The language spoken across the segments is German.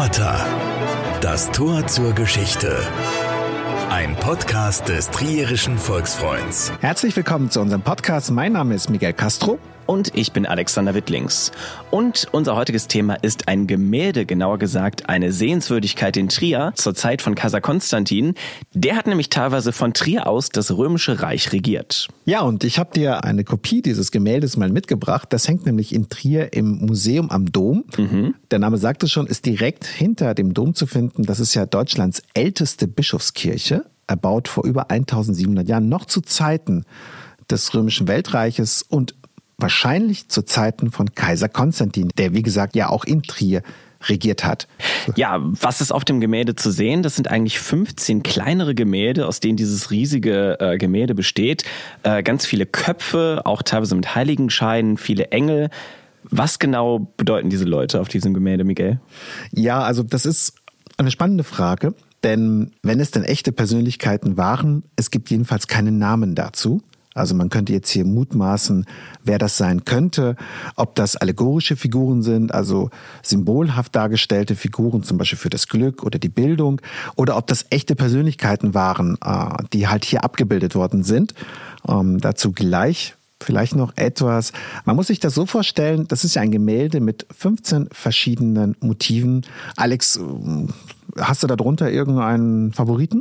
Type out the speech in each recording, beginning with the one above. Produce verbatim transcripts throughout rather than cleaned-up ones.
Porta. Das Tor zur Geschichte. Ein Podcast des Trierischen Volksfreunds. Herzlich willkommen zu unserem Podcast. Mein Name ist Miguel Castro. Und ich bin Alexander Wittlings. Und unser heutiges Thema ist ein Gemälde, genauer gesagt eine Sehenswürdigkeit in Trier zur Zeit von Kaiser Konstantin. Der hat nämlich teilweise von Trier aus das Römische Reich regiert. Ja, und ich habe dir eine Kopie dieses Gemäldes mal mitgebracht. Das hängt nämlich in Trier im Museum am Dom. Mhm. Der Name sagt es schon, ist direkt hinter dem Dom zu finden. Das ist ja Deutschlands älteste Bischofskirche, erbaut vor über eintausendsiebenhundert Jahren, noch zu Zeiten des Römischen Weltreiches und wahrscheinlich zu Zeiten von Kaiser Konstantin, der wie gesagt ja auch in Trier regiert hat. Ja, was ist auf dem Gemälde zu sehen? Das sind eigentlich fünfzehn kleinere Gemälde, aus denen dieses riesige äh, Gemälde besteht. Äh, ganz viele Köpfe, auch teilweise mit Heiligenscheinen, viele Engel. Was genau bedeuten diese Leute auf diesem Gemälde, Miguel? Ja, also das ist eine spannende Frage, denn wenn es denn echte Persönlichkeiten waren, es gibt jedenfalls keine Namen dazu. Also man könnte jetzt hier mutmaßen, wer das sein könnte, ob das allegorische Figuren sind, also symbolhaft dargestellte Figuren, zum Beispiel für das Glück oder die Bildung, oder ob das echte Persönlichkeiten waren, die halt hier abgebildet worden sind. Ähm, dazu gleich vielleicht noch etwas. Man muss sich das so vorstellen, das ist ja ein Gemälde mit fünfzehn verschiedenen Motiven. Alex, hast du da drunter irgendeinen Favoriten?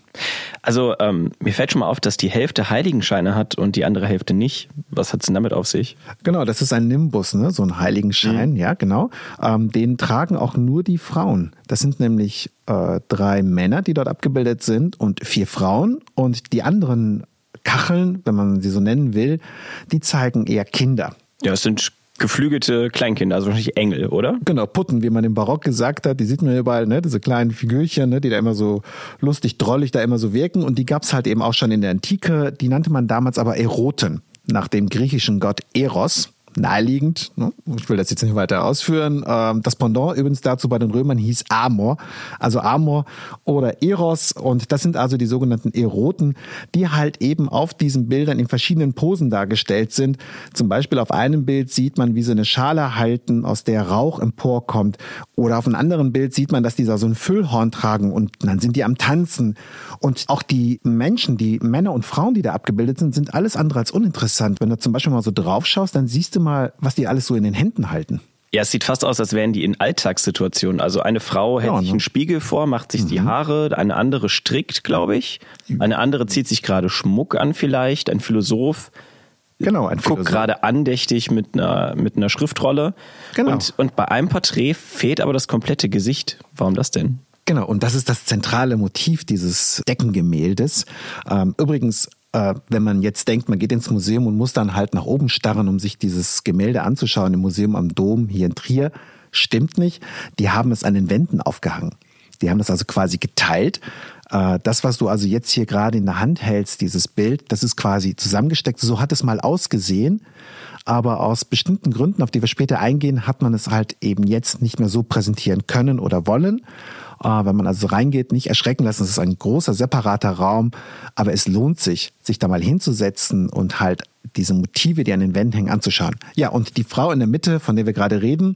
Also ähm, mir fällt schon mal auf, dass die Hälfte Heiligenscheine hat und die andere Hälfte nicht. Was hat es denn damit auf sich? Genau, das ist ein Nimbus, ne? So ein Heiligenschein, mhm. ja genau. Ähm, den tragen auch nur die Frauen. Das sind nämlich äh, drei Männer, die dort abgebildet sind und vier Frauen. Und die anderen Kacheln, wenn man sie so nennen will, die zeigen eher Kinder. Ja, es sind geflügelte Kleinkinder, also wahrscheinlich Engel, oder? Genau, Putten, wie man im Barock gesagt hat, die sieht man überall, ne, diese kleinen Figürchen, ne, die da immer so lustig, drollig da immer so wirken, und die gab's halt eben auch schon in der Antike, die nannte man damals aber Eroten, nach dem griechischen Gott Eros. Naheliegend, ne? Ich will das jetzt nicht weiter ausführen. Das Pendant übrigens dazu bei den Römern hieß Amor, also Amor oder Eros, und das sind also die sogenannten Eroten, die halt eben auf diesen Bildern in verschiedenen Posen dargestellt sind. Zum Beispiel auf einem Bild sieht man, wie sie eine Schale halten, aus der Rauch emporkommt, oder auf einem anderen Bild sieht man, dass die da so ein Füllhorn tragen und dann sind die am Tanzen. Und auch die Menschen, die Männer und Frauen, die da abgebildet sind, sind alles andere als uninteressant. Wenn du zum Beispiel mal so drauf schaust, dann siehst du mal, was die alles so in den Händen halten. Ja, es sieht fast aus, als wären die in Alltagssituationen. Also eine Frau hält ja, sich einen Spiegel vor, macht sich mhm. die Haare, eine andere strickt, glaube ich. Eine andere zieht sich gerade Schmuck an vielleicht, ein Philosoph. Genau, ein Philosoph. Guckt gerade andächtig mit einer, mit einer Schriftrolle. Genau. Und, und bei einem Porträt fehlt aber das komplette Gesicht. Warum das denn? Genau, und das ist das zentrale Motiv dieses Deckengemäldes. Ähm, übrigens, äh, wenn man jetzt denkt, man geht ins Museum und muss dann halt nach oben starren, um sich dieses Gemälde anzuschauen, im Museum am Dom hier in Trier, stimmt nicht. Die haben es an den Wänden aufgehangen. Die haben das also quasi geteilt. Äh, das, was du also jetzt hier gerade in der Hand hältst, dieses Bild, das ist quasi zusammengesteckt. So hat es mal ausgesehen. Aber aus bestimmten Gründen, auf die wir später eingehen, hat man es halt eben jetzt nicht mehr so präsentieren können oder wollen. Wenn man also reingeht, nicht erschrecken lassen, es ist ein großer, separater Raum, aber es lohnt sich, sich da mal hinzusetzen und halt diese Motive, die an den Wänden hängen, anzuschauen. Ja, und die Frau in der Mitte, von der wir gerade reden,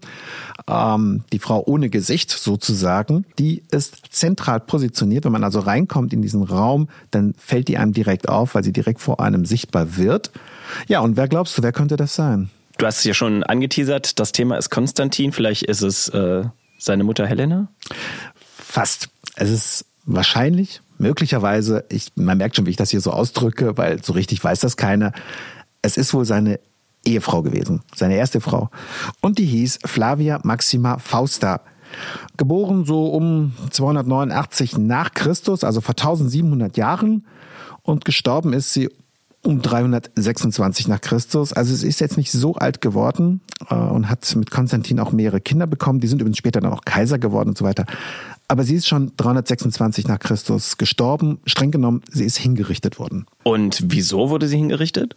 ähm, die Frau ohne Gesicht sozusagen, die ist zentral positioniert. Wenn man also reinkommt in diesen Raum, dann fällt die einem direkt auf, weil sie direkt vor einem sichtbar wird. Ja, und wer glaubst du, wer könnte das sein? Du hast es ja schon angeteasert, das Thema ist Konstantin, vielleicht ist es äh, seine Mutter Helena? Fast. Es ist wahrscheinlich, möglicherweise, ich, man merkt schon, wie ich das hier so ausdrücke, weil so richtig weiß das keiner. Es ist wohl seine Ehefrau gewesen, seine erste Frau. Und die hieß Flavia Maxima Fausta. Geboren so um zweihundertneunundachtzig nach Christus, also vor eintausendsiebenhundert Jahren. Und gestorben ist sie um dreihundertsechsundzwanzig nach Christus. Also es ist jetzt nicht so alt geworden äh, und hat mit Konstantin auch mehrere Kinder bekommen. Die sind übrigens später dann auch Kaiser geworden und so weiter. Aber sie ist schon dreihundertsechsundzwanzig nach Christus gestorben. Streng genommen, sie ist hingerichtet worden. Und wieso wurde sie hingerichtet?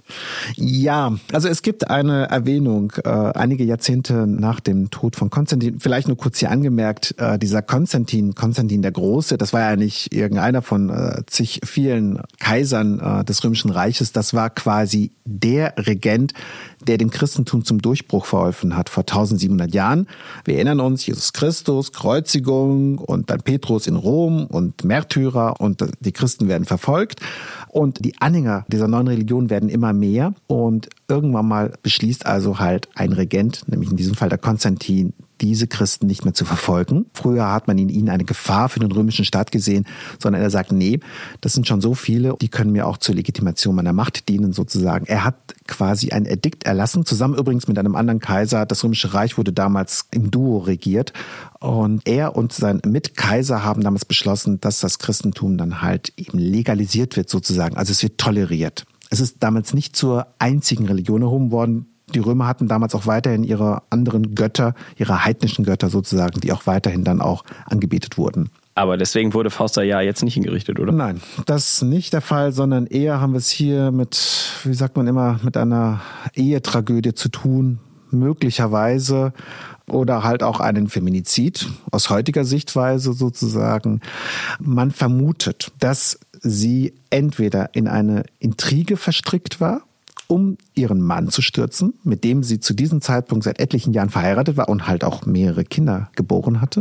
Ja, also es gibt eine Erwähnung, äh, einige Jahrzehnte nach dem Tod von Konstantin, vielleicht nur kurz hier angemerkt, äh, dieser Konstantin, Konstantin der Große, das war ja nicht irgendeiner von äh, zig vielen Kaisern äh, des Römischen Reiches, das war quasi der Regent, der dem Christentum zum Durchbruch verholfen hat vor eintausendsiebenhundert Jahren. Wir erinnern uns, Jesus Christus, Kreuzigung und dann Petrus in Rom und Märtyrer und die Christen werden verfolgt. Und die Anhänger dieser neuen Religion werden immer mehr. Und irgendwann mal beschließt also halt ein Regent, nämlich in diesem Fall der Konstantin, diese Christen nicht mehr zu verfolgen. Früher hat man in ihnen eine Gefahr für den römischen Staat gesehen, sondern er sagt, nee, das sind schon so viele, die können mir auch zur Legitimation meiner Macht dienen sozusagen. Er hat quasi ein Edikt erlassen, zusammen übrigens mit einem anderen Kaiser. Das Römische Reich wurde damals im Duo regiert. Und er und sein Mitkaiser haben damals beschlossen, dass das Christentum dann halt eben legalisiert wird sozusagen. Also es wird toleriert. Es ist damals nicht zur einzigen Religion erhoben worden. Die Römer hatten damals auch weiterhin ihre anderen Götter, ihre heidnischen Götter sozusagen, die auch weiterhin dann auch angebetet wurden. Aber deswegen wurde Fausta ja jetzt nicht hingerichtet, oder? Nein, das ist nicht der Fall, sondern eher haben wir es hier mit, wie sagt man immer, mit einer Ehetragödie zu tun, möglicherweise, oder halt auch einen Feminizid aus heutiger Sichtweise sozusagen. Man vermutet, dass sie entweder in eine Intrige verstrickt war, um ihren Mann zu stürzen, mit dem sie zu diesem Zeitpunkt seit etlichen Jahren verheiratet war und halt auch mehrere Kinder geboren hatte.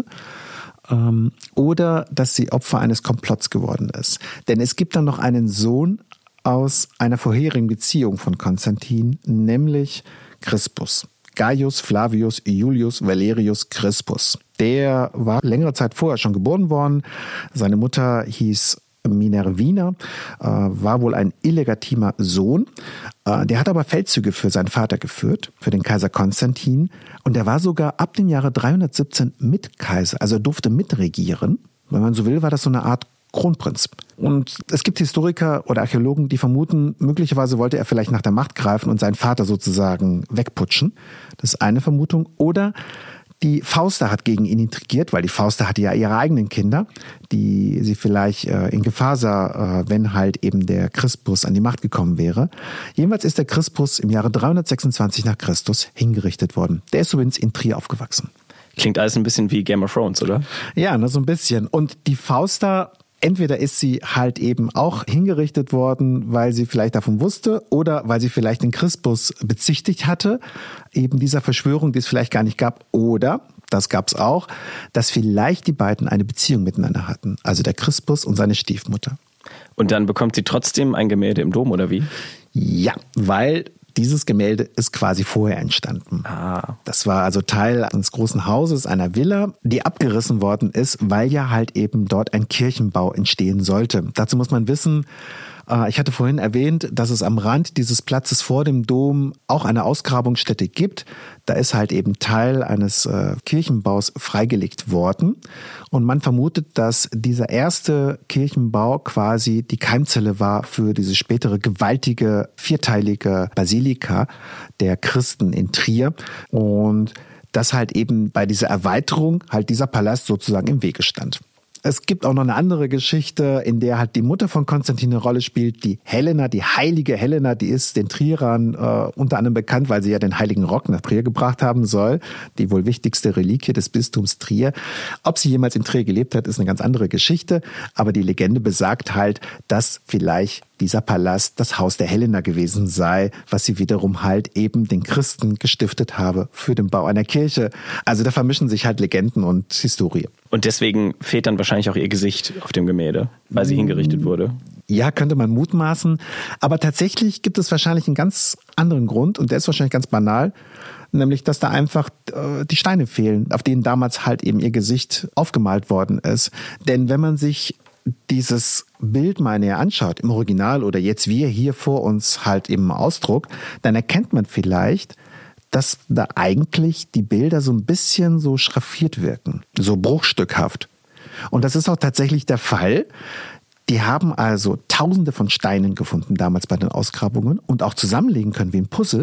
Ähm, oder dass sie Opfer eines Komplotts geworden ist. Denn es gibt dann noch einen Sohn aus einer vorherigen Beziehung von Konstantin, nämlich Crispus. Gaius Flavius Iulius Valerius Crispus. Der war längere Zeit vorher schon geboren worden. Seine Mutter hieß Minervina, äh, war wohl ein illegitimer Sohn. Äh, der hat aber Feldzüge für seinen Vater geführt, für den Kaiser Konstantin. Und er war sogar ab dem Jahre dreihundertsiebzehn Mitkaiser, also er durfte mitregieren. Wenn man so will, war das so eine Art Kronprinz. Und es gibt Historiker oder Archäologen, die vermuten, möglicherweise wollte er vielleicht nach der Macht greifen und seinen Vater sozusagen wegputschen. Das ist eine Vermutung. Oder die Fausta hat gegen ihn intrigiert, weil die Fausta hatte ja ihre eigenen Kinder, die sie vielleicht äh, in Gefahr sah, äh, wenn halt eben der Crispus an die Macht gekommen wäre. Jedenfalls ist der Crispus im Jahre dreihundertsechsundzwanzig nach Christus hingerichtet worden. Der ist übrigens in Trier aufgewachsen. Klingt alles ein bisschen wie Game of Thrones, oder? Ja, ne, so ein bisschen. Und die Fausta, entweder ist sie halt eben auch hingerichtet worden, weil sie vielleicht davon wusste oder weil sie vielleicht den Crispus bezichtigt hatte, eben dieser Verschwörung, die es vielleicht gar nicht gab. Oder, das gab es auch, dass vielleicht die beiden eine Beziehung miteinander hatten. Also der Crispus und seine Stiefmutter. Und dann bekommt sie trotzdem ein Gemälde im Dom, oder wie? Ja, weil dieses Gemälde ist quasi vorher entstanden. Ah. Das war also Teil eines großen Hauses, einer Villa, die abgerissen worden ist, weil ja halt eben dort ein Kirchenbau entstehen sollte. Dazu muss man wissen, ich hatte vorhin erwähnt, dass es am Rand dieses Platzes vor dem Dom auch eine Ausgrabungsstätte gibt. Da ist halt eben Teil eines äh, Kirchenbaus freigelegt worden. Und man vermutet, dass dieser erste Kirchenbau quasi die Keimzelle war für diese spätere gewaltige vierteilige Basilika der Christen in Trier. Und dass halt eben bei dieser Erweiterung halt dieser Palast sozusagen im Wege stand. Es gibt auch noch eine andere Geschichte, in der halt die Mutter von Konstantin eine Rolle spielt, die Helena, die heilige Helena, die ist den Trierern äh, unter anderem bekannt, weil sie ja den heiligen Rock nach Trier gebracht haben soll, die wohl wichtigste Reliquie des Bistums Trier. Ob sie jemals in Trier gelebt hat, ist eine ganz andere Geschichte, aber die Legende besagt halt, dass vielleicht dieser Palast das Haus der Helena gewesen sei, was sie wiederum halt eben den Christen gestiftet habe für den Bau einer Kirche. Also da vermischen sich halt Legenden und Historie. Und deswegen fehlt dann wahrscheinlich auch ihr Gesicht auf dem Gemälde, weil sie hingerichtet wurde. Ja, könnte man mutmaßen. Aber tatsächlich gibt es wahrscheinlich einen ganz anderen Grund und der ist wahrscheinlich ganz banal, nämlich dass da einfach äh, die Steine fehlen, auf denen damals halt eben ihr Gesicht aufgemalt worden ist. Denn wenn man sich dieses Bild mal näher anschaut, im Original oder jetzt wir hier vor uns halt im Ausdruck, dann erkennt man vielleicht, dass da eigentlich die Bilder so ein bisschen so schraffiert wirken, so bruchstückhaft. Und das ist auch tatsächlich der Fall. Die haben also tausende von Steinen gefunden damals bei den Ausgrabungen und auch zusammenlegen können wie ein Puzzle.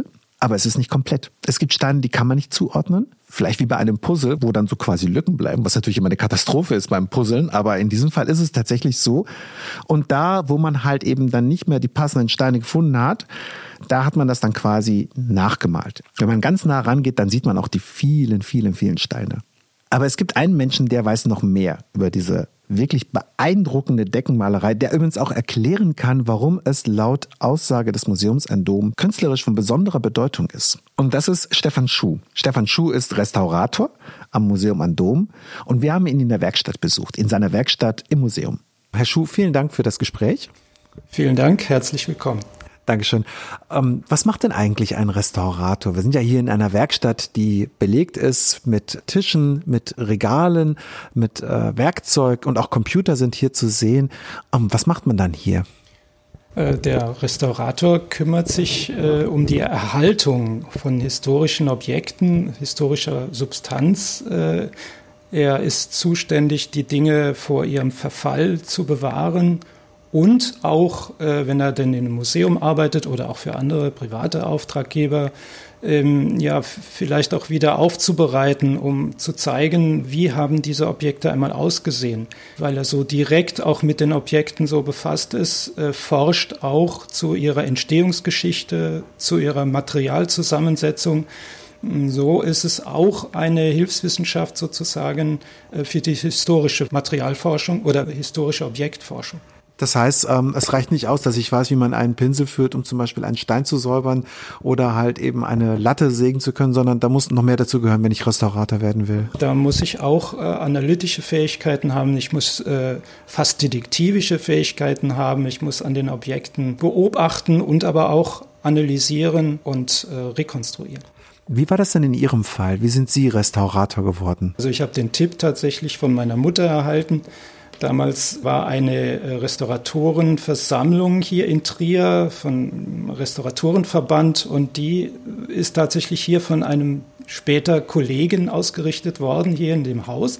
aber es ist nicht komplett. Es gibt Steine, die kann man nicht zuordnen. Vielleicht wie bei einem Puzzle, wo dann so quasi Lücken bleiben, was natürlich immer eine Katastrophe ist beim Puzzeln. Aber in diesem Fall ist es tatsächlich so. Und da, wo man halt eben dann nicht mehr die passenden Steine gefunden hat, da hat man das dann quasi nachgemalt. Wenn man ganz nah rangeht, dann sieht man auch die vielen, vielen, vielen Steine. Aber es gibt einen Menschen, der weiß noch mehr über diese wirklich beeindruckende Deckenmalerei, der übrigens auch erklären kann, warum es laut Aussage des Museums ein Dom künstlerisch von besonderer Bedeutung ist. Und das ist Stefan Schuh. Stefan Schuh ist Restaurator am Museum am Dom und wir haben ihn in der Werkstatt besucht, in seiner Werkstatt im Museum. Herr Schuh, vielen Dank für das Gespräch. Vielen Dank, herzlich willkommen. Dankeschön. Ähm, was macht denn eigentlich ein Restaurator? Wir sind ja hier in einer Werkstatt, die belegt ist mit Tischen, mit Regalen, mit äh, Werkzeug und auch Computer sind hier zu sehen. Ähm, was macht man dann hier? Äh, der Restaurator kümmert sich äh, um die Erhaltung von historischen Objekten, historischer Substanz. Äh, er ist zuständig, die Dinge vor ihrem Verfall zu bewahren. Und auch, äh, wenn er denn in einem Museum arbeitet oder auch für andere private Auftraggeber, ähm, ja, vielleicht auch wieder aufzubereiten, um zu zeigen, wie haben diese Objekte einmal ausgesehen. Weil er so direkt auch mit den Objekten so befasst ist, äh, forscht auch zu ihrer Entstehungsgeschichte, zu ihrer Materialzusammensetzung. So ist es auch eine Hilfswissenschaft sozusagen äh, für die historische Materialforschung oder historische Objektforschung. Das heißt, ähm, es reicht nicht aus, dass ich weiß, wie man einen Pinsel führt, um zum Beispiel einen Stein zu säubern oder halt eben eine Latte sägen zu können, sondern da muss noch mehr dazu gehören, wenn ich Restaurator werden will. Da muss ich auch äh, analytische Fähigkeiten haben, ich muss äh, fast detektivische Fähigkeiten haben, ich muss an den Objekten beobachten und aber auch analysieren und äh, rekonstruieren. Wie war das denn in Ihrem Fall? Wie sind Sie Restaurator geworden? Also ich habe den Tipp tatsächlich von meiner Mutter erhalten. Damals war eine Restauratorenversammlung hier in Trier vom Restauratorenverband und die ist tatsächlich hier von einem später Kollegen ausgerichtet worden, hier in dem Haus.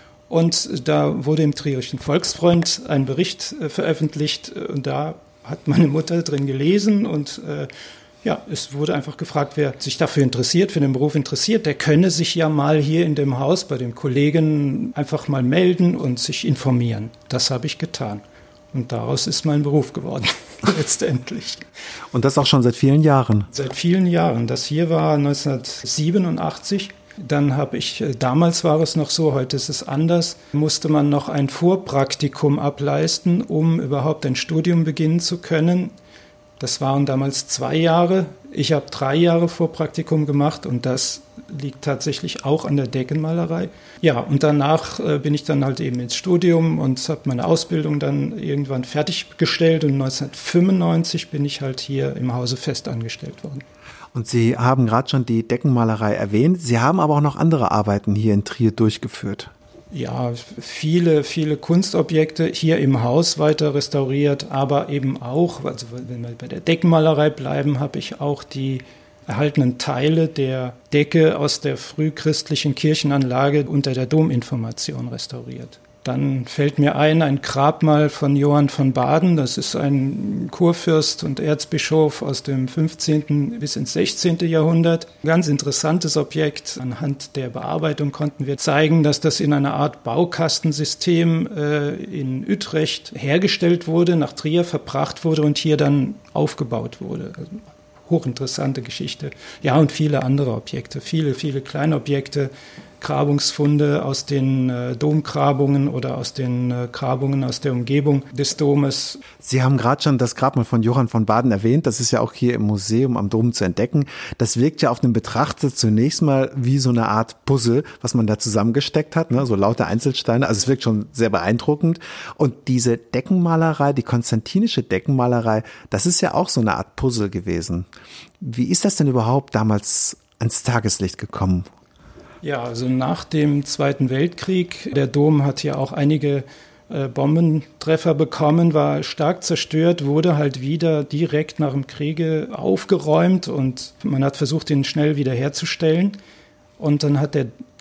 Und da wurde im Trierischen Volksfreund ein Bericht veröffentlicht und da hat meine Mutter drin gelesen und äh, ja, es wurde einfach gefragt, wer sich dafür interessiert, für den Beruf interessiert, der könne sich ja mal hier in dem Haus bei dem Kollegen einfach mal melden und sich informieren. Das habe ich getan. Und daraus ist mein Beruf geworden, letztendlich. Und das auch schon seit vielen Jahren? Seit vielen Jahren. Das hier war neunzehnhundertsiebenundachtzig. Dann habe ich, damals war es noch so, heute ist es anders, musste man noch ein Vorpraktikum ableisten, um überhaupt ein Studium beginnen zu können. Das waren damals zwei Jahre. Ich habe drei Jahre Vorpraktikum gemacht und das liegt tatsächlich auch an der Deckenmalerei. Ja, und danach äh, bin ich dann halt eben ins Studium und habe meine Ausbildung dann irgendwann fertiggestellt und neunzehnhundertfünfundneunzig bin ich halt hier im Hause fest angestellt worden. Und Sie haben gerade schon die Deckenmalerei erwähnt. Sie haben aber auch noch andere Arbeiten hier in Trier durchgeführt. Ja, viele, viele Kunstobjekte hier im Haus weiter restauriert, aber eben auch, also wenn wir bei der Deckenmalerei bleiben, habe ich auch die erhaltenen Teile der Decke aus der frühchristlichen Kirchenanlage unter der Dominformation restauriert. Dann fällt mir ein, ein Grabmal von Johann von Baden, das ist ein Kurfürst und Erzbischof aus dem fünfzehnten bis ins sechzehnten Jahrhundert. Ganz interessantes Objekt. Anhand der Bearbeitung konnten wir zeigen, dass das in einer Art Baukastensystem äh, in Utrecht hergestellt wurde, nach Trier verbracht wurde und hier dann aufgebaut wurde. Also hochinteressante Geschichte. Ja, und viele andere Objekte, viele, viele kleine Objekte, Grabungsfunde aus den äh, Domgrabungen oder aus den äh, Grabungen aus der Umgebung des Domes. Sie haben gerade schon das Grabmal von Johann von Baden erwähnt. Das ist ja auch hier im Museum am Dom zu entdecken. Das wirkt ja auf den Betrachter zunächst mal wie so eine Art Puzzle, was man da zusammengesteckt hat, ne? So lauter Einzelsteine. Also es wirkt schon sehr beeindruckend. Und diese Deckenmalerei, die konstantinische Deckenmalerei, das ist ja auch so eine Art Puzzle gewesen. Wie ist das denn überhaupt damals ans Tageslicht gekommen? Ja, also nach dem Zweiten Weltkrieg, der Dom hat ja auch einige äh, Bombentreffer bekommen, war stark zerstört, wurde halt wieder direkt nach dem Kriege aufgeräumt und man hat versucht, ihn schnell wiederherzustellen. Und dann hat der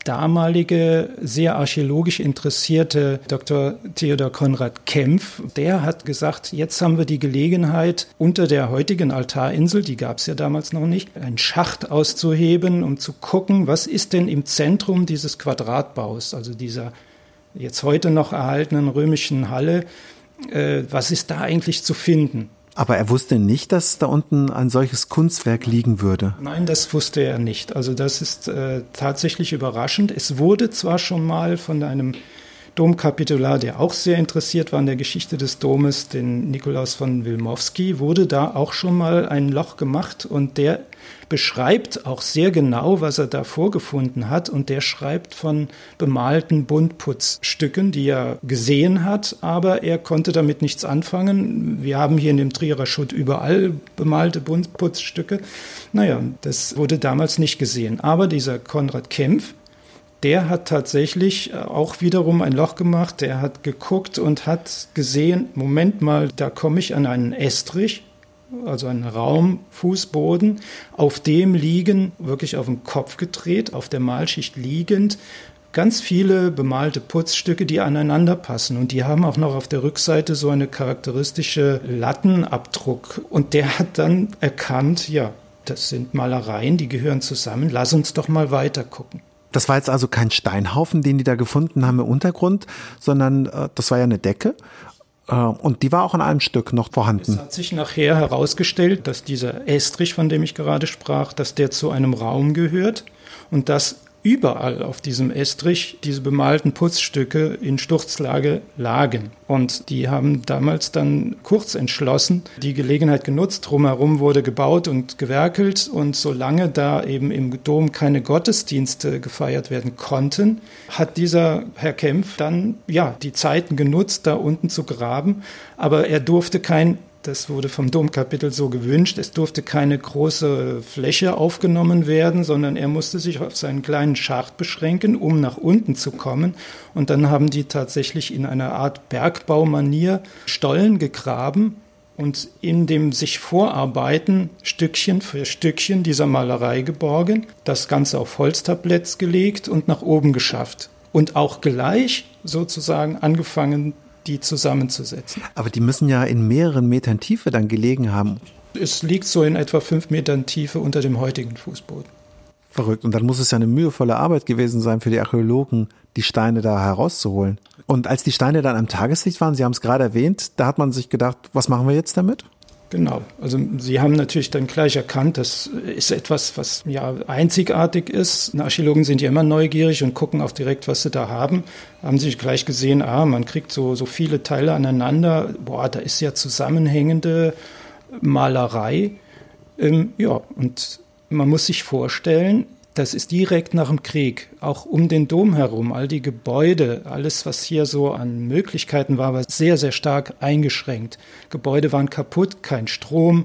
damalige, sehr archäologisch interessierte Doktor Theodor Konrad Kempf, der hat gesagt, jetzt haben wir die Gelegenheit, unter der heutigen Altarinsel, die gab es ja damals noch nicht, einen Schacht auszuheben, um zu gucken, was ist denn im Zentrum dieses Quadratbaus, also dieser jetzt heute noch erhaltenen römischen Halle, äh, was ist da eigentlich zu finden? Aber er wusste nicht, dass da unten ein solches Kunstwerk liegen würde. Nein, das wusste er nicht. Also das ist äh, tatsächlich überraschend. Es wurde zwar schon mal von einem Domkapitular, der auch sehr interessiert war an der Geschichte des Domes, den Nikolaus von Wilmowski, wurde da auch schon mal ein Loch gemacht und der beschreibt auch sehr genau, was er da vorgefunden hat und der schreibt von bemalten Buntputzstücken, die er gesehen hat, aber er konnte damit nichts anfangen. Wir haben hier in dem Trierer Schutt überall bemalte Buntputzstücke. Naja, das wurde damals nicht gesehen. Aber dieser Konrad Kempf, der hat tatsächlich auch wiederum ein Loch gemacht, der hat geguckt und hat gesehen, Moment mal, da komme ich an einen Estrich, also einen Raumfußboden, auf dem liegen, wirklich auf dem Kopf gedreht, auf der Malschicht liegend, ganz viele bemalte Putzstücke, die aneinander passen. Und die haben auch noch auf der Rückseite so eine charakteristische Lattenabdruck. Und der hat dann erkannt, ja, das sind Malereien, die gehören zusammen, lass uns doch mal weiter gucken. Das war jetzt also kein Steinhaufen, den die da gefunden haben im Untergrund, sondern äh, das war ja eine Decke. Und die war auch an einem Stück noch vorhanden. Es hat sich nachher herausgestellt, dass dieser Estrich, von dem ich gerade sprach, dass der zu einem Raum gehört und dass überall auf diesem Estrich diese bemalten Putzstücke in Sturzlage lagen. Und die haben damals dann kurz entschlossen die Gelegenheit genutzt. Drumherum wurde gebaut und gewerkelt. Und solange da eben im Dom keine Gottesdienste gefeiert werden konnten, hat dieser Herr Kempf dann ja die Zeiten genutzt, da unten zu graben. Aber er durfte kein Das wurde vom Domkapitel so gewünscht. Es durfte keine große Fläche aufgenommen werden, sondern er musste sich auf seinen kleinen Schacht beschränken, um nach unten zu kommen. Und dann haben die tatsächlich in einer Art Bergbaumanier Stollen gegraben und in dem sich Vorarbeiten Stückchen für Stückchen dieser Malerei geborgen, das Ganze auf Holztabletts gelegt und nach oben geschafft. Und auch gleich sozusagen angefangen, die zusammenzusetzen. Aber die müssen ja in mehreren Metern Tiefe dann gelegen haben. Es liegt so in etwa fünf Metern Tiefe unter dem heutigen Fußboden. Verrückt. Und dann muss es ja eine mühevolle Arbeit gewesen sein für die Archäologen, die Steine da herauszuholen. Und als die Steine dann am Tageslicht waren, Sie haben es gerade erwähnt, da hat man sich gedacht, was machen wir jetzt damit? Genau, also Sie haben natürlich dann gleich erkannt, das ist etwas, was ja einzigartig ist. Archäologen sind ja immer neugierig und gucken auch direkt, was sie da haben. Haben Sie gleich gesehen, ah, man kriegt so, so viele Teile aneinander, boah, da ist ja zusammenhängende Malerei. Ähm, ja, und man muss sich vorstellen, das ist direkt nach dem Krieg, auch um den Dom herum, all die Gebäude, alles, was hier so an Möglichkeiten war, war sehr, sehr stark eingeschränkt. Gebäude waren kaputt, kein Strom,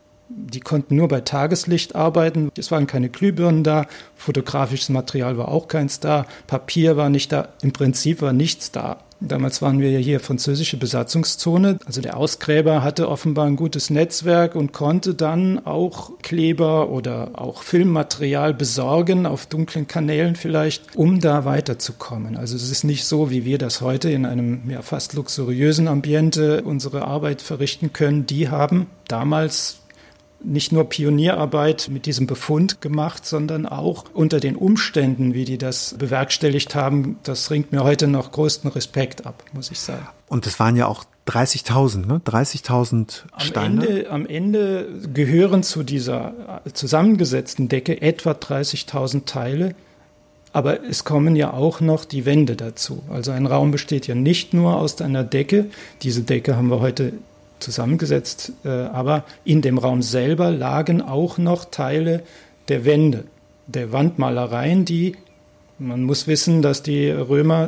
die konnten nur bei Tageslicht arbeiten, es waren keine Glühbirnen da, fotografisches Material war auch keins da, Papier war nicht da, im Prinzip war nichts da. Damals waren wir ja hier französische Besatzungszone. Also der Ausgräber hatte offenbar ein gutes Netzwerk und konnte dann auch Kleber oder auch Filmmaterial besorgen, auf dunklen Kanälen vielleicht, um da weiterzukommen. Also es ist nicht so, wie wir das heute in einem ja, fast luxuriösen Ambiente unsere Arbeit verrichten können. Die haben damals nicht nur Pionierarbeit mit diesem Befund gemacht, sondern auch unter den Umständen, wie die das bewerkstelligt haben, das ringt mir heute noch größten Respekt ab, muss ich sagen. Und das waren ja auch dreißigtausend, ne? dreißigtausend Steine? Am Ende, am Ende gehören zu dieser zusammengesetzten Decke etwa dreißigtausend Teile, aber es kommen ja auch noch die Wände dazu. Also ein Raum besteht ja nicht nur aus einer Decke, diese Decke haben wir heute zusammengesetzt, aber in dem Raum selber lagen auch noch Teile der Wände, der Wandmalereien, die, man muss wissen, dass die Römer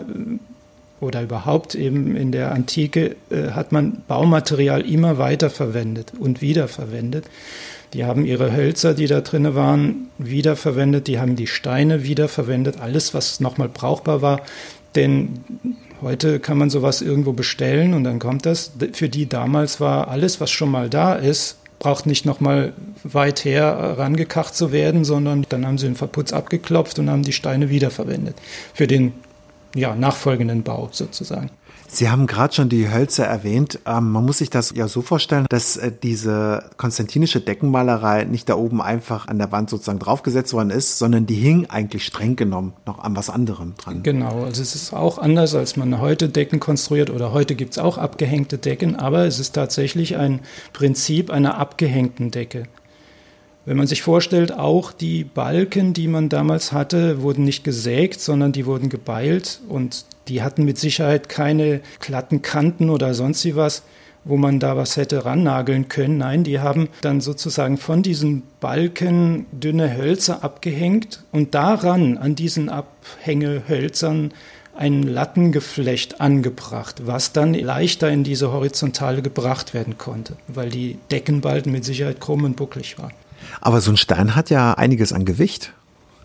oder überhaupt eben in der Antike hat man Baumaterial immer weiter verwendet und wiederverwendet. Die haben ihre Hölzer, die da drin waren, wiederverwendet, die haben die Steine wiederverwendet, alles, was nochmal brauchbar war, denn heute kann man sowas irgendwo bestellen und dann kommt das. Für die damals war alles, was schon mal da ist, braucht nicht nochmal weit her rangekarrt zu werden, sondern dann haben sie den Verputz abgeklopft und haben die Steine wiederverwendet für den ja, nachfolgenden Bau sozusagen. Sie haben gerade schon die Hölzer erwähnt. Ähm, man muss sich das ja so vorstellen, dass äh, diese konstantinische Deckenmalerei nicht da oben einfach an der Wand sozusagen draufgesetzt worden ist, sondern die hing eigentlich streng genommen noch an was anderem dran. Genau, also es ist auch anders, als man heute Decken konstruiert oder heute gibt es auch abgehängte Decken, aber es ist tatsächlich ein Prinzip einer abgehängten Decke. Wenn man sich vorstellt, auch die Balken, die man damals hatte, wurden nicht gesägt, sondern die wurden gebeilt und die hatten mit Sicherheit keine glatten Kanten oder sonst wie was, wo man da was hätte rannageln können. Nein, die haben dann sozusagen von diesen Balken dünne Hölzer abgehängt und daran, an diesen Abhängehölzern, ein Lattengeflecht angebracht, was dann leichter in diese Horizontale gebracht werden konnte, weil die Deckenbalken mit Sicherheit krumm und bucklig waren. Aber so ein Stein hat ja einiges an Gewicht.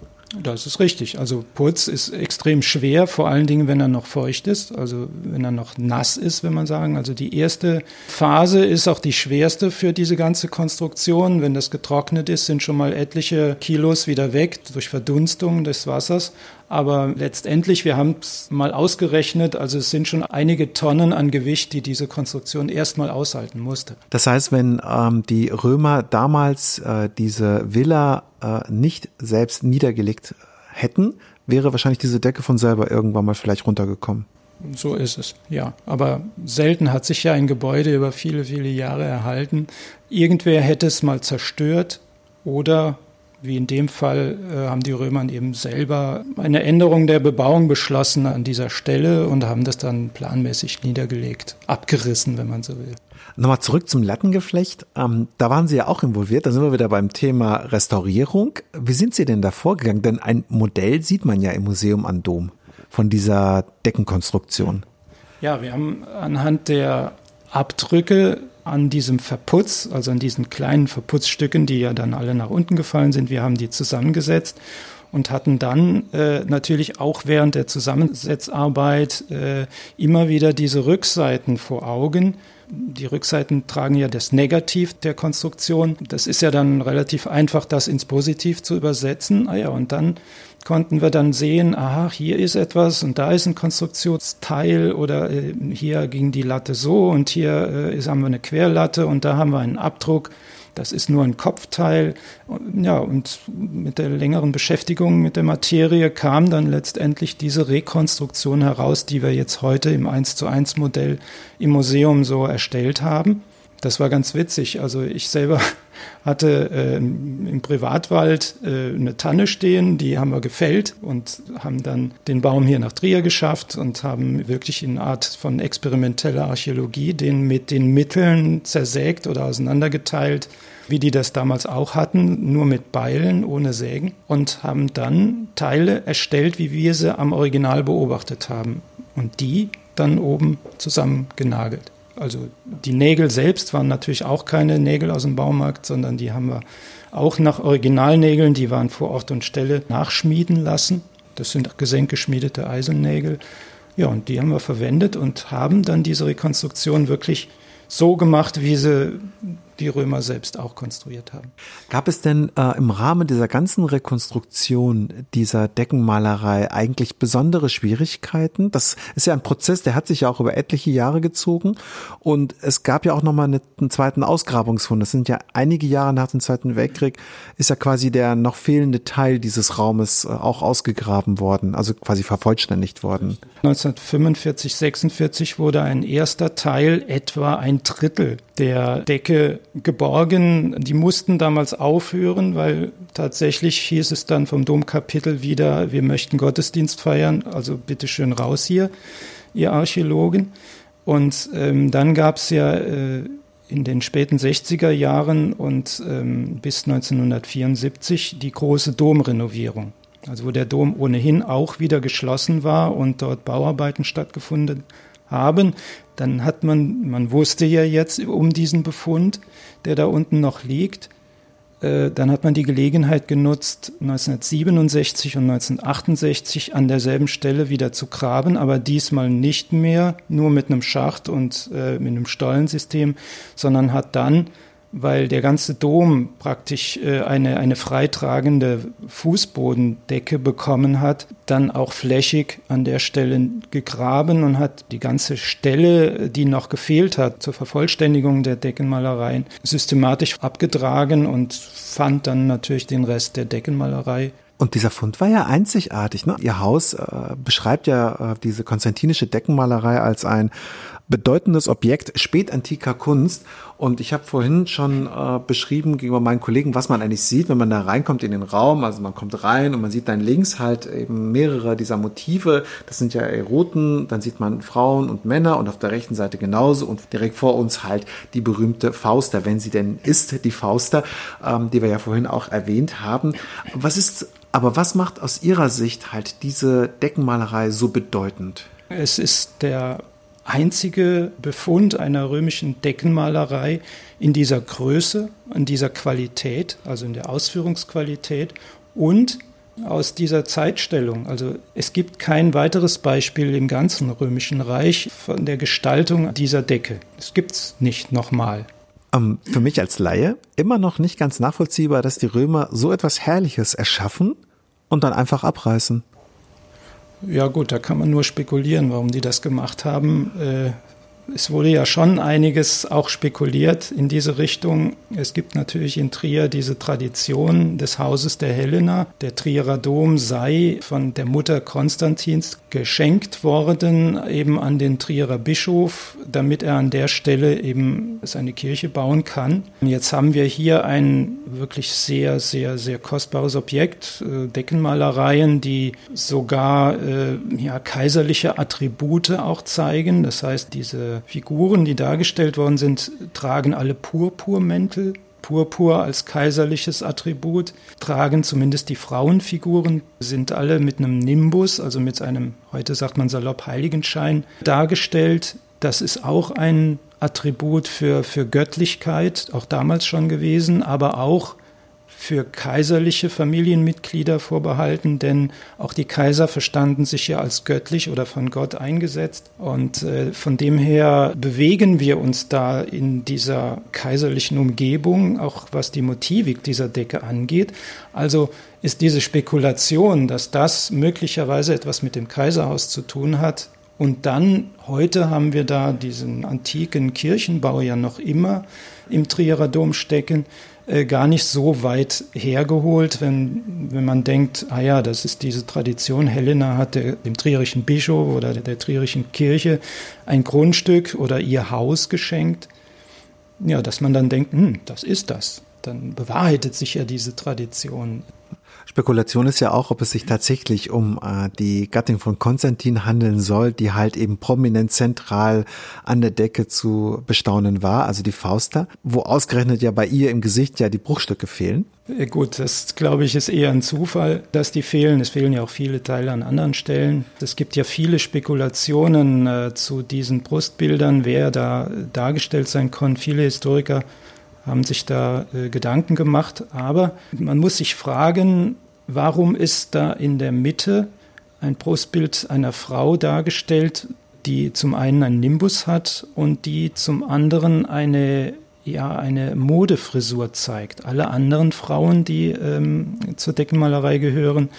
Das ist richtig. Also Putz ist extrem schwer, vor allen Dingen, wenn er noch feucht ist, also wenn er noch nass ist, wenn man sagen. Also die erste Phase ist auch die schwerste für diese ganze Konstruktion. Wenn das getrocknet ist, sind schon mal etliche Kilos wieder weg durch Verdunstung des Wassers. Aber letztendlich, wir haben es mal ausgerechnet, also es sind schon einige Tonnen an Gewicht, die diese Konstruktion erstmal aushalten musste. Das heißt, wenn ähm, die Römer damals äh, diese Villa äh, nicht selbst niedergelegt hätten, wäre wahrscheinlich diese Decke von selber irgendwann mal vielleicht runtergekommen. So ist es, ja. Aber selten hat sich ja ein Gebäude über viele, viele Jahre erhalten. Irgendwer hätte es mal zerstört oder wie in dem Fall äh, haben die Römer eben selber eine Änderung der Bebauung beschlossen an dieser Stelle und haben das dann planmäßig niedergelegt, abgerissen, wenn man so will. Nochmal zurück zum Lattengeflecht. Ähm, da waren Sie ja auch involviert. Da sind wir wieder beim Thema Restaurierung. Wie sind Sie denn da vorgegangen? Denn ein Modell sieht man ja im Museum am Dom von dieser Deckenkonstruktion. Ja, wir haben anhand der Abdrücke an diesem Verputz, also an diesen kleinen Verputzstücken, die ja dann alle nach unten gefallen sind, wir haben die zusammengesetzt und hatten dann äh, natürlich auch während der Zusammensetzarbeit äh, immer wieder diese Rückseiten vor Augen. Die Rückseiten tragen ja das Negativ der Konstruktion. Das ist ja dann relativ einfach, das ins Positiv zu übersetzen. Ah ja, und dann konnten wir dann sehen, aha, hier ist etwas und da ist ein Konstruktionsteil oder äh, hier ging die Latte so und hier äh, ist, haben wir eine Querlatte und da haben wir einen Abdruck. Das ist nur ein Kopfteil. Ja, und mit der längeren Beschäftigung mit der Materie kam dann letztendlich diese Rekonstruktion heraus, die wir jetzt heute im eins zu eins Modell im Museum so erstellt haben. Das war ganz witzig. Also ich selber hatte äh, im Privatwald äh, eine Tanne stehen, die haben wir gefällt und haben dann den Baum hier nach Trier geschafft und haben wirklich in einer Art von experimenteller Archäologie den mit den Mitteln zersägt oder auseinandergeteilt, wie die das damals auch hatten, nur mit Beilen, ohne Sägen und haben dann Teile erstellt, wie wir sie am Original beobachtet haben und die dann oben zusammengenagelt. Also die Nägel selbst waren natürlich auch keine Nägel aus dem Baumarkt, sondern die haben wir auch nach Originalnägeln, die waren vor Ort und Stelle nachschmieden lassen. Das sind gesenkgeschmiedete Eiselnägel. Ja, und die haben wir verwendet und haben dann diese Rekonstruktion wirklich so gemacht, wie sie die Römer selbst auch konstruiert haben. Gab es denn äh, im Rahmen dieser ganzen Rekonstruktion dieser Deckenmalerei eigentlich besondere Schwierigkeiten? Das ist ja ein Prozess, der hat sich ja auch über etliche Jahre gezogen und es gab ja auch nochmal eine, einen zweiten Ausgrabungsfund. Das sind ja einige Jahre nach dem Zweiten Weltkrieg, ist ja quasi der noch fehlende Teil dieses Raumes äh, auch ausgegraben worden, also quasi vervollständigt worden. neunzehnhundertfünfundvierzig, sechsundvierzig wurde ein erster Teil, etwa ein Drittel der Decke geborgen. Die mussten damals aufhören, weil tatsächlich hieß es dann vom Domkapitel wieder, wir möchten Gottesdienst feiern, also bitteschön raus hier, ihr Archäologen. Und ähm, dann gab es ja äh, in den späten sechziger Jahren und ähm, bis neunzehnhundertvierundsiebzig die große Domrenovierung. Also wo der Dom ohnehin auch wieder geschlossen war und dort Bauarbeiten stattgefunden haben, dann hat man, man wusste ja jetzt um diesen Befund, der da unten noch liegt, äh, dann hat man die Gelegenheit genutzt, neunzehnhundertsiebenundsechzig und neunzehnhundertachtundsechzig an derselben Stelle wieder zu graben, aber diesmal nicht mehr nur mit einem Schacht und äh, mit einem Stollensystem, sondern hat dann weil der ganze Dom praktisch äh, eine, eine freitragende Fußbodendecke bekommen hat, dann auch flächig an der Stelle gegraben und hat die ganze Stelle, die noch gefehlt hat zur Vervollständigung der Deckenmalereien, systematisch abgetragen und fand dann natürlich den Rest der Deckenmalerei. Und dieser Fund war ja einzigartig, ne? Ihr Haus äh, beschreibt ja äh, diese konstantinische Deckenmalerei als ein bedeutendes Objekt spätantiker Kunst. Und ich habe vorhin schon äh, beschrieben gegenüber meinen Kollegen, was man eigentlich sieht, wenn man da reinkommt in den Raum. Also man kommt rein und man sieht dann links halt eben mehrere dieser Motive. Das sind ja Eroten, dann sieht man Frauen und Männer und auf der rechten Seite genauso. Und direkt vor uns halt die berühmte Fausta, wenn sie denn ist, die Fausta, ähm, die wir ja vorhin auch erwähnt haben. Was ist, aber was macht aus Ihrer Sicht halt diese Deckenmalerei so bedeutend? Es ist der einzige Befund einer römischen Deckenmalerei in dieser Größe, in dieser Qualität, also in der Ausführungsqualität und aus dieser Zeitstellung. Also es gibt kein weiteres Beispiel im ganzen Römischen Reich von der Gestaltung dieser Decke. Es gibt es nicht nochmal. Um, für mich als Laie immer noch nicht ganz nachvollziehbar, dass die Römer so etwas Herrliches erschaffen und dann einfach abreißen. Ja gut, da kann man nur spekulieren, warum die das gemacht haben. Äh, es wurde ja schon einiges auch spekuliert in diese Richtung. Es gibt natürlich in Trier diese Tradition des Hauses der Helena. Der Trierer Dom sei von der Mutter Konstantins geschenkt worden, eben an den Trierer Bischof, damit er an der Stelle eben seine Kirche bauen kann. Jetzt haben wir hier ein wirklich sehr, sehr, sehr kostbares Objekt, äh, Deckenmalereien, die sogar äh, ja, kaiserliche Attribute auch zeigen. Das heißt, diese Figuren, die dargestellt worden sind, tragen alle Purpurmäntel. Purpur als kaiserliches Attribut, tragen zumindest die Frauenfiguren, sind alle mit einem Nimbus, also mit einem, heute sagt man salopp, Heiligenschein dargestellt. Das ist auch ein Attribut für, für Göttlichkeit, auch damals schon gewesen, aber auch für kaiserliche Familienmitglieder vorbehalten, denn auch die Kaiser verstanden sich ja als göttlich oder von Gott eingesetzt. Und äh, von dem her bewegen wir uns da in dieser kaiserlichen Umgebung, auch was die Motivik dieser Decke angeht. Also ist diese Spekulation, dass das möglicherweise etwas mit dem Kaiserhaus zu tun hat. Und dann, heute haben wir da diesen antiken Kirchenbau ja noch immer im Trierer Dom stecken, gar nicht so weit hergeholt, wenn, wenn man denkt, ah ja, das ist diese Tradition, Helena hat der, dem trierischen Bischof oder der, der trierischen Kirche ein Grundstück oder ihr Haus geschenkt. Ja, dass man dann denkt, hm, das ist das. Dann bewahrheitet sich ja diese Tradition. Spekulation ist ja auch, ob es sich tatsächlich um äh, die Gattin von Konstantin handeln soll, die halt eben prominent zentral an der Decke zu bestaunen war, also die Fausta, wo ausgerechnet ja bei ihr im Gesicht ja die Bruchstücke fehlen. Gut, das glaube ich ist eher ein Zufall, dass die fehlen. Es fehlen ja auch viele Teile an anderen Stellen. Es gibt ja viele Spekulationen äh, zu diesen Brustbildern, wer da dargestellt sein konnte. Viele Historiker haben sich da äh, Gedanken gemacht, aber man muss sich fragen, warum ist da in der Mitte ein Brustbild einer Frau dargestellt, die zum einen einen Nimbus hat und die zum anderen eine, ja, eine Modefrisur zeigt. Alle anderen Frauen, die ähm, zur Deckenmalerei gehören,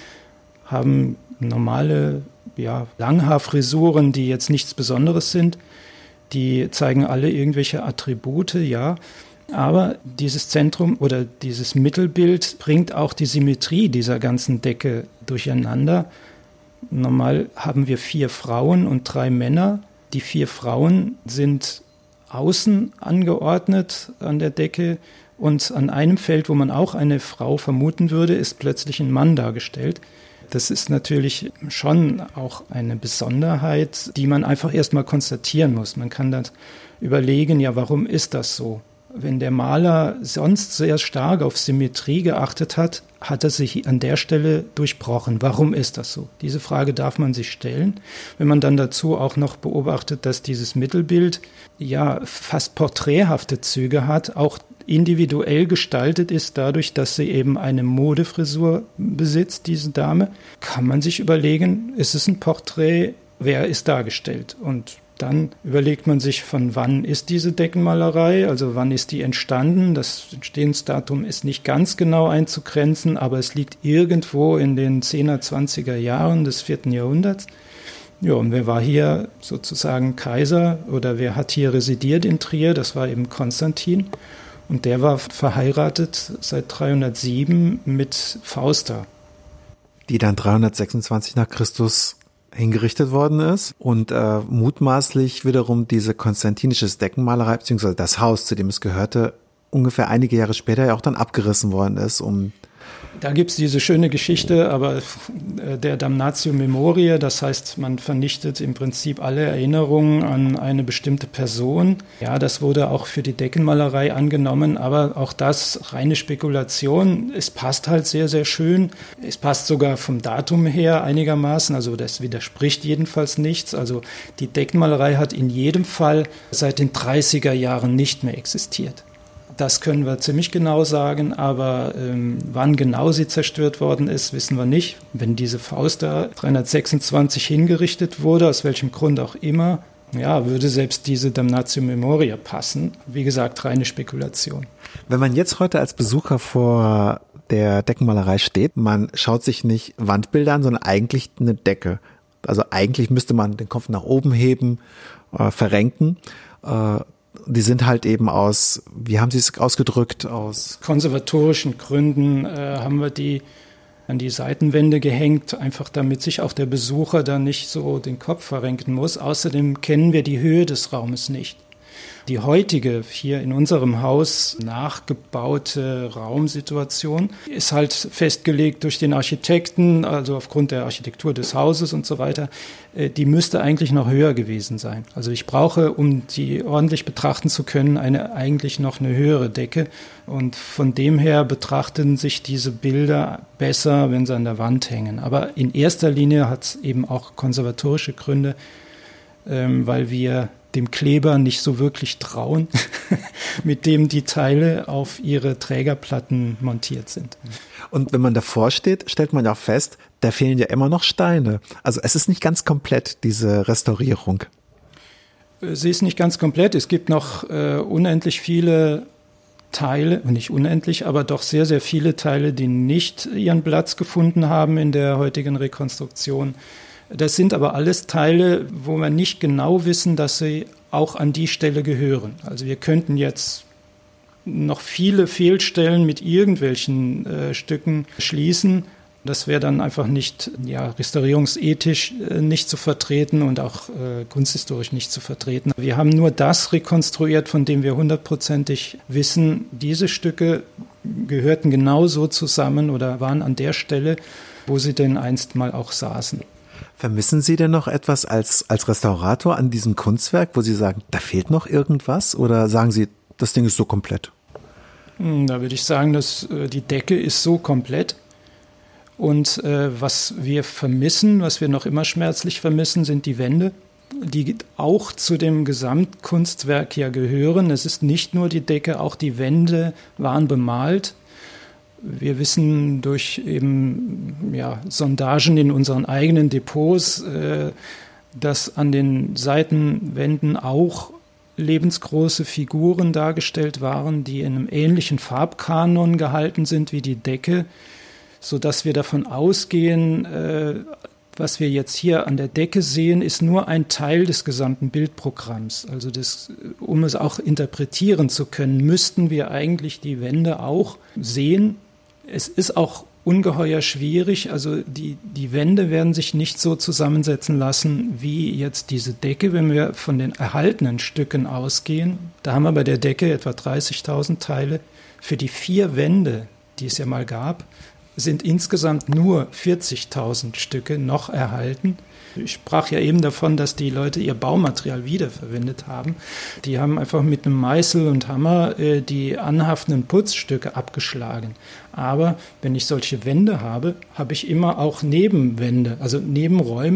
haben normale, ja, Langhaarfrisuren, die jetzt nichts Besonderes sind. Die zeigen alle irgendwelche Attribute, ja. Aber dieses Zentrum oder dieses Mittelbild bringt auch die Symmetrie dieser ganzen Decke durcheinander. Normal haben wir vier Frauen und drei Männer. Die vier Frauen sind außen angeordnet an der Decke und an einem Feld, wo man auch eine Frau vermuten würde, ist plötzlich ein Mann dargestellt. Das ist natürlich schon auch eine Besonderheit, die man einfach erstmal konstatieren muss. Man kann dann überlegen, ja, warum ist das so? Wenn der Maler sonst sehr stark auf Symmetrie geachtet hat, hat er sich an der Stelle durchbrochen. Warum ist das so? Diese Frage darf man sich stellen. Wenn man dann dazu auch noch beobachtet, dass dieses Mittelbild ja fast porträthafte Züge hat, auch individuell gestaltet ist, dadurch, dass sie eben eine Modefrisur besitzt, diese Dame, kann man sich überlegen, ist es ein Porträt, wer ist dargestellt? Und Dann überlegt man sich, von wann ist diese Deckenmalerei, also wann ist die entstanden. Das Entstehungsdatum ist nicht ganz genau einzugrenzen, aber es liegt irgendwo in den zehner, zwanziger Jahren des vierten Jahrhunderts. Ja, und wer war hier sozusagen Kaiser oder wer hat hier residiert in Trier? Das war eben Konstantin. Und der war verheiratet seit dreihundertsieben mit Fausta. Die dann dreihundertsechsundzwanzig nach Christus hingerichtet worden ist und äh, mutmaßlich wiederum diese konstantinische Deckenmalerei, beziehungsweise das Haus, zu dem es gehörte, ungefähr einige Jahre später ja auch dann abgerissen worden ist, um Da gibt es diese schöne Geschichte, aber der Damnatio Memoriae, das heißt, man vernichtet im Prinzip alle Erinnerungen an eine bestimmte Person. Ja, das wurde auch für die Deckenmalerei angenommen, aber auch das reine Spekulation. Es passt halt sehr, sehr schön. Es passt sogar vom Datum her einigermaßen, also das widerspricht jedenfalls nichts. Also die Deckenmalerei hat in jedem Fall seit den dreißiger Jahren nicht mehr existiert. Das können wir ziemlich genau sagen, aber ähm, wann genau sie zerstört worden ist, wissen wir nicht. Wenn diese Faust da dreihundertsechsundzwanzig hingerichtet wurde, aus welchem Grund auch immer, ja, würde selbst diese Damnatio Memoriae passen. Wie gesagt, reine Spekulation. Wenn man jetzt heute als Besucher vor der Deckenmalerei steht, man schaut sich nicht Wandbilder an, sondern eigentlich eine Decke. Also eigentlich müsste man den Kopf nach oben heben, äh, verrenken. Äh, Die sind halt eben aus, wie haben Sie es ausgedrückt, aus konservatorischen Gründen äh, haben wir die an die Seitenwände gehängt, einfach damit sich auch der Besucher da nicht so den Kopf verrenken muss. Außerdem kennen wir die Höhe des Raumes nicht. Die heutige, hier in unserem Haus nachgebaute Raumsituation ist halt festgelegt durch den Architekten, also aufgrund der Architektur des Hauses und so weiter. Die müsste eigentlich noch höher gewesen sein. Also ich brauche, um die ordentlich betrachten zu können, eine eigentlich noch eine höhere Decke. Und von dem her betrachten sich diese Bilder besser, wenn sie an der Wand hängen. Aber in erster Linie hat es eben auch konservatorische Gründe, weil wir dem Kleber nicht so wirklich trauen, mit dem die Teile auf ihre Trägerplatten montiert sind. Und wenn man davor steht, stellt man ja auch fest, da fehlen ja immer noch Steine. Also es ist nicht ganz komplett, diese Restaurierung. Sie ist nicht ganz komplett. Es gibt noch äh, unendlich viele Teile, nicht unendlich, aber doch sehr, sehr viele Teile, die nicht ihren Platz gefunden haben in der heutigen Rekonstruktion. Das sind aber alles Teile, wo wir nicht genau wissen, dass sie auch an die Stelle gehören. Also wir könnten jetzt noch viele Fehlstellen mit irgendwelchen äh, Stücken schließen. Das wäre dann einfach nicht, ja, restaurierungsethisch äh, nicht zu vertreten und auch äh, kunsthistorisch nicht zu vertreten. Wir haben nur das rekonstruiert, von dem wir hundertprozentig wissen, diese Stücke gehörten genau so zusammen oder waren an der Stelle, wo sie denn einst mal auch saßen. Vermissen Sie denn noch etwas als, als Restaurator an diesem Kunstwerk, wo Sie sagen, da fehlt noch irgendwas? Oder sagen Sie, das Ding ist so komplett? Da würde ich sagen, dass äh, die Decke ist so komplett. Und äh, was wir vermissen, was wir noch immer schmerzlich vermissen, sind die Wände, die auch zu dem Gesamtkunstwerk ja gehören. Es ist nicht nur die Decke, auch die Wände waren bemalt. Wir wissen durch eben ja, Sondagen in unseren eigenen Depots, äh, dass an den Seitenwänden auch lebensgroße Figuren dargestellt waren, die in einem ähnlichen Farbkanon gehalten sind wie die Decke, sodass wir davon ausgehen, äh, was wir jetzt hier an der Decke sehen, ist nur ein Teil des gesamten Bildprogramms. Also das, um es auch interpretieren zu können, müssten wir eigentlich die Wände auch sehen. Es ist auch ungeheuer schwierig, also die, die Wände werden sich nicht so zusammensetzen lassen wie jetzt diese Decke, wenn wir von den erhaltenen Stücken ausgehen. Da haben wir bei der Decke etwa dreißigtausend Teile. Für die vier Wände, die es ja mal gab, sind insgesamt nur vierzigtausend Stücke noch erhalten. Ich sprach ja eben davon, dass die Leute ihr Baumaterial wiederverwendet haben. Die haben einfach mit einem Meißel und Hammer äh, die anhaftenden Putzstücke abgeschlagen. Aber wenn ich solche Wände habe, habe ich immer auch Nebenwände, also Nebenräume,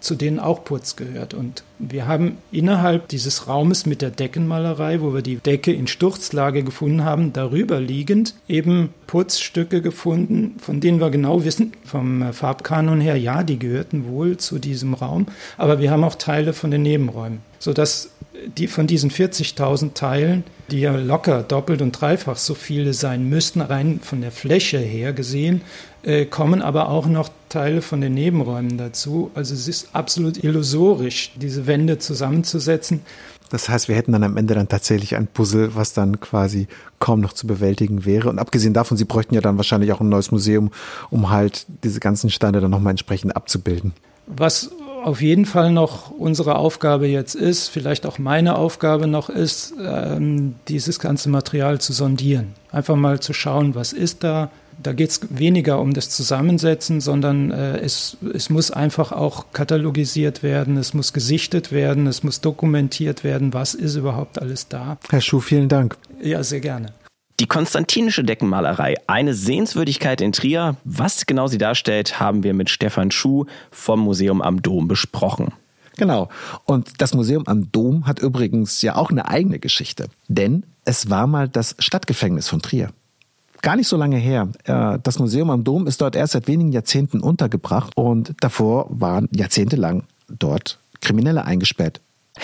zu denen auch Putz gehört. Und wir haben innerhalb dieses Raumes mit der Deckenmalerei, wo wir die Decke in Sturzlage gefunden haben, darüber liegend eben Putzstücke gefunden, von denen wir genau wissen, vom Farbkanon her, ja, die gehörten wohl zu diesem Raum, aber wir haben auch Teile von den Nebenräumen, sodass die von diesen vierzigtausend Teilen, die ja locker doppelt und dreifach so viele sein müssten, rein von der Fläche her gesehen, äh, kommen aber auch noch Teile von den Nebenräumen dazu. Also es ist absolut illusorisch, diese Wände zusammenzusetzen. Das heißt, wir hätten dann am Ende dann tatsächlich ein Puzzle, was dann quasi kaum noch zu bewältigen wäre. Und abgesehen davon, Sie bräuchten ja dann wahrscheinlich auch ein neues Museum, um halt diese ganzen Steine dann nochmal entsprechend abzubilden. Was auf jeden Fall noch unsere Aufgabe jetzt ist, vielleicht auch meine Aufgabe noch ist, ähm, dieses ganze Material zu sondieren. Einfach mal zu schauen, was ist da. Da geht es weniger um das Zusammensetzen, sondern äh, es, es muss einfach auch katalogisiert werden, es muss gesichtet werden, es muss dokumentiert werden, was ist überhaupt alles da. Herr Schuh, vielen Dank. Ja, sehr gerne. Die konstantinische Deckenmalerei, eine Sehenswürdigkeit in Trier. Was genau sie darstellt, haben wir mit Stefan Schuh vom Museum am Dom besprochen. Genau. Und das Museum am Dom hat übrigens ja auch eine eigene Geschichte. Denn es war mal das Stadtgefängnis von Trier. Gar nicht so lange her. Das Museum am Dom ist dort erst seit wenigen Jahrzehnten untergebracht und davor waren jahrzehntelang dort Kriminelle eingesperrt.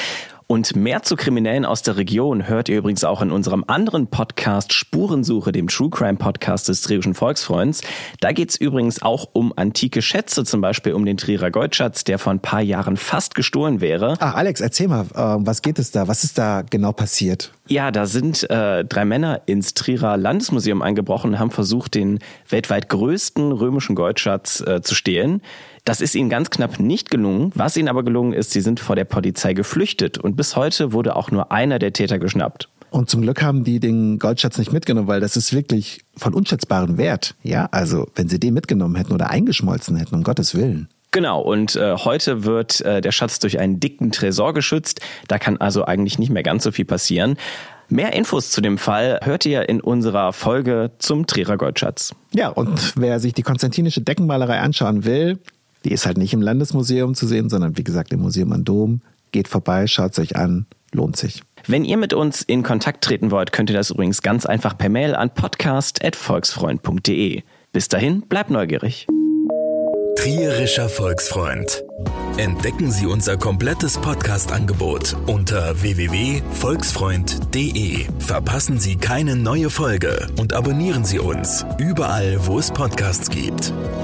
Und mehr zu Kriminellen aus der Region hört ihr übrigens auch in unserem anderen Podcast Spurensuche, dem True Crime Podcast des Trierischen Volksfreunds. Da geht's übrigens auch um antike Schätze, zum Beispiel um den Trierer Goldschatz, der vor ein paar Jahren fast gestohlen wäre. Ah, Alex, erzähl mal, äh, was geht es da? Was ist da genau passiert? Ja, da sind äh, drei Männer ins Trierer Landesmuseum eingebrochen und haben versucht, den weltweit größten römischen Goldschatz äh, zu stehlen. Das ist ihnen ganz knapp nicht gelungen. Was ihnen aber gelungen ist, sie sind vor der Polizei geflüchtet und bis heute wurde auch nur einer der Täter geschnappt. Und zum Glück haben die den Goldschatz nicht mitgenommen, weil das ist wirklich von unschätzbarem Wert. Ja, also wenn sie den mitgenommen hätten oder eingeschmolzen hätten, um Gottes Willen. Genau, und äh, heute wird äh, der Schatz durch einen dicken Tresor geschützt. Da kann also eigentlich nicht mehr ganz so viel passieren. Mehr Infos zu dem Fall hört ihr in unserer Folge zum Trierer Goldschatz. Ja, und wer sich die konstantinische Deckenmalerei anschauen will, die ist halt nicht im Landesmuseum zu sehen, sondern wie gesagt im Museum am Dom. Geht vorbei, schaut es euch an, lohnt sich. Wenn ihr mit uns in Kontakt treten wollt, könnt ihr das übrigens ganz einfach per Mail an podcast at volksfreund punkt de. Bis dahin, bleibt neugierig. Trierischer Volksfreund. Entdecken Sie unser komplettes Podcast-Angebot unter w w w punkt volksfreund punkt de. Verpassen Sie keine neue Folge und abonnieren Sie uns überall, wo es Podcasts gibt.